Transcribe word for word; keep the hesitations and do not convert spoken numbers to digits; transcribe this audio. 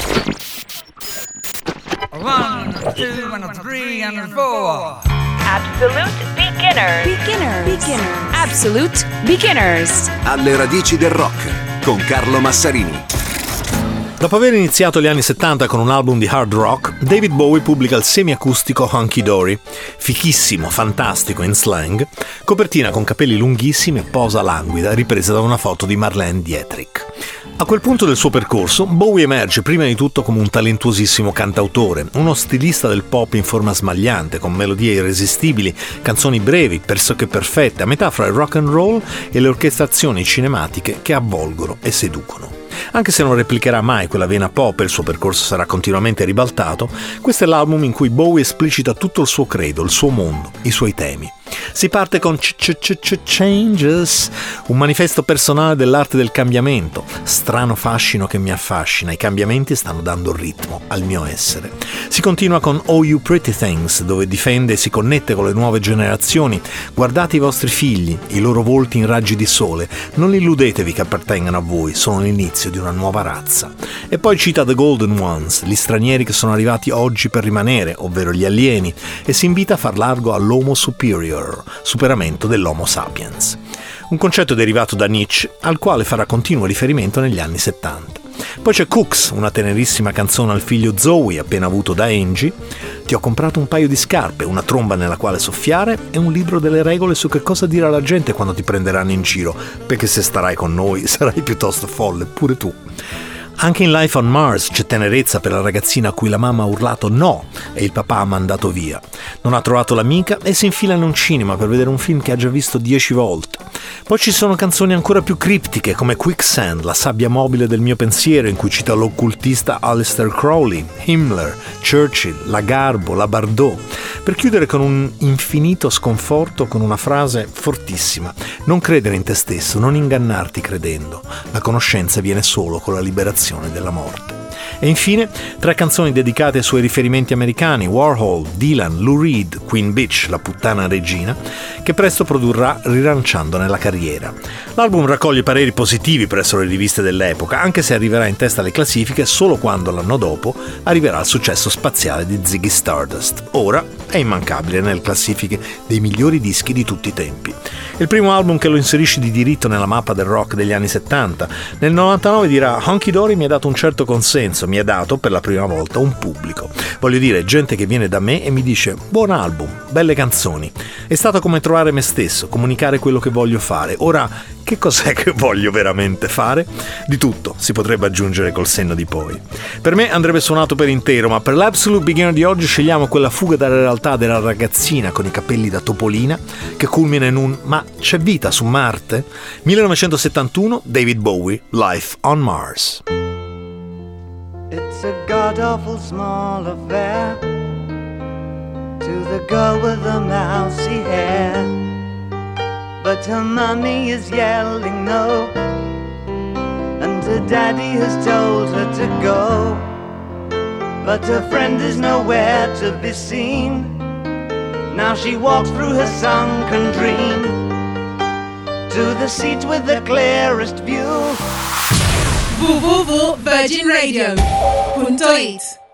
One, two, and three, and four. Absolute beginners. Beginners. Beginners. Absolute beginners. Alle radici del rock con Carlo Massarini. Dopo aver iniziato gli anni settanta con un album di hard rock, David Bowie pubblica il semiacustico Hunky Dory, fichissimo, fantastico in slang, copertina con capelli lunghissimi e posa languida ripresa da una foto di Marlene Dietrich. A quel punto del suo percorso, Bowie emerge prima di tutto come un talentuosissimo cantautore, uno stilista del pop in forma smagliante, con melodie irresistibili, canzoni brevi, pressoché perfette, a metà fra il rock and roll e le orchestrazioni cinematiche che avvolgono e seducono. Anche se non replicherà mai quella vena pop e il suo percorso sarà continuamente ribaltato, questo è l'album in cui Bowie esplicita tutto il suo credo, il suo mondo, i suoi temi. Si parte con Changes, un manifesto personale dell'arte del cambiamento, strano fascino che mi affascina, i cambiamenti stanno dando ritmo al mio essere. Si continua con Oh You Pretty Things, dove difende e si connette con le nuove generazioni. Guardate i vostri figli, i loro volti in raggi di sole, non illudetevi che appartengano a voi, sono l'inizio di una nuova razza. E poi cita The Golden Ones, gli stranieri che sono arrivati oggi per rimanere, ovvero gli alieni, e si invita a far largo all'Homo Superior, superamento dell'Homo sapiens. Un concetto derivato da Nietzsche, al quale farà continuo riferimento negli anni settanta. Poi c'è Cooks, una tenerissima canzone al figlio Zoe appena avuto da Angie. Ti ho comprato un paio di scarpe, una tromba nella quale soffiare e un libro delle regole su che cosa dire alla gente quando ti prenderanno in giro, perché se starai con noi sarai piuttosto folle, pure tu. Anche in Life on Mars c'è tenerezza per la ragazzina a cui la mamma ha urlato no e il papà ha mandato via. Non ha trovato l'amica e si infila in un cinema per vedere un film che ha già visto dieci volte. Poi ci sono canzoni ancora più criptiche come Quicksand, la sabbia mobile del mio pensiero, in cui cita l'occultista Aleister Crowley, Himmler, Churchill, la Garbo, la Bardot, per chiudere con un infinito sconforto con una frase fortissima: non credere in te stesso, non ingannarti credendo, la conoscenza viene solo con la liberazione della morte. E infine tre canzoni dedicate ai suoi riferimenti americani: Warhol, Dylan, Lou Reed, Queen Bitch, la puttana regina, che presto produrrà rilanciandone la carriera. L'album raccoglie pareri positivi presso le riviste dell'epoca, anche se arriverà in testa alle classifiche solo quando l'anno dopo arriverà il successo spaziale di Ziggy Stardust. Ora è immancabile nelle classifiche dei migliori dischi di tutti i tempi. È il primo album che lo inserisce di diritto nella mappa del rock degli anni settanta. Nel novantanove dirà: Hunky Dory mi ha dato un certo consenso, mi ha dato per la prima volta un pubblico. Voglio dire, gente che viene da me e mi dice: buon album, belle canzoni. È stato come trovare me stesso, comunicare quello che voglio fare. Ora, che cos'è che voglio veramente fare? Di tutto, si potrebbe aggiungere col senno di poi. Per me andrebbe suonato per intero, ma per l'Absolute Beginner di oggi scegliamo quella fuga dalla realtà della ragazzina con i capelli da topolina che culmina in un "ma c'è vita su Marte?" millenovecentosettantuno, David Bowie, Life on Mars. It's a god-awful small affair to the girl with the mousy hair, but her mommy is yelling no, and her daddy has told her to go, but her friend is nowhere to be seen. Now she walks through her sunken dream to the seat with the clearest view. w w w punto virgin radio punto it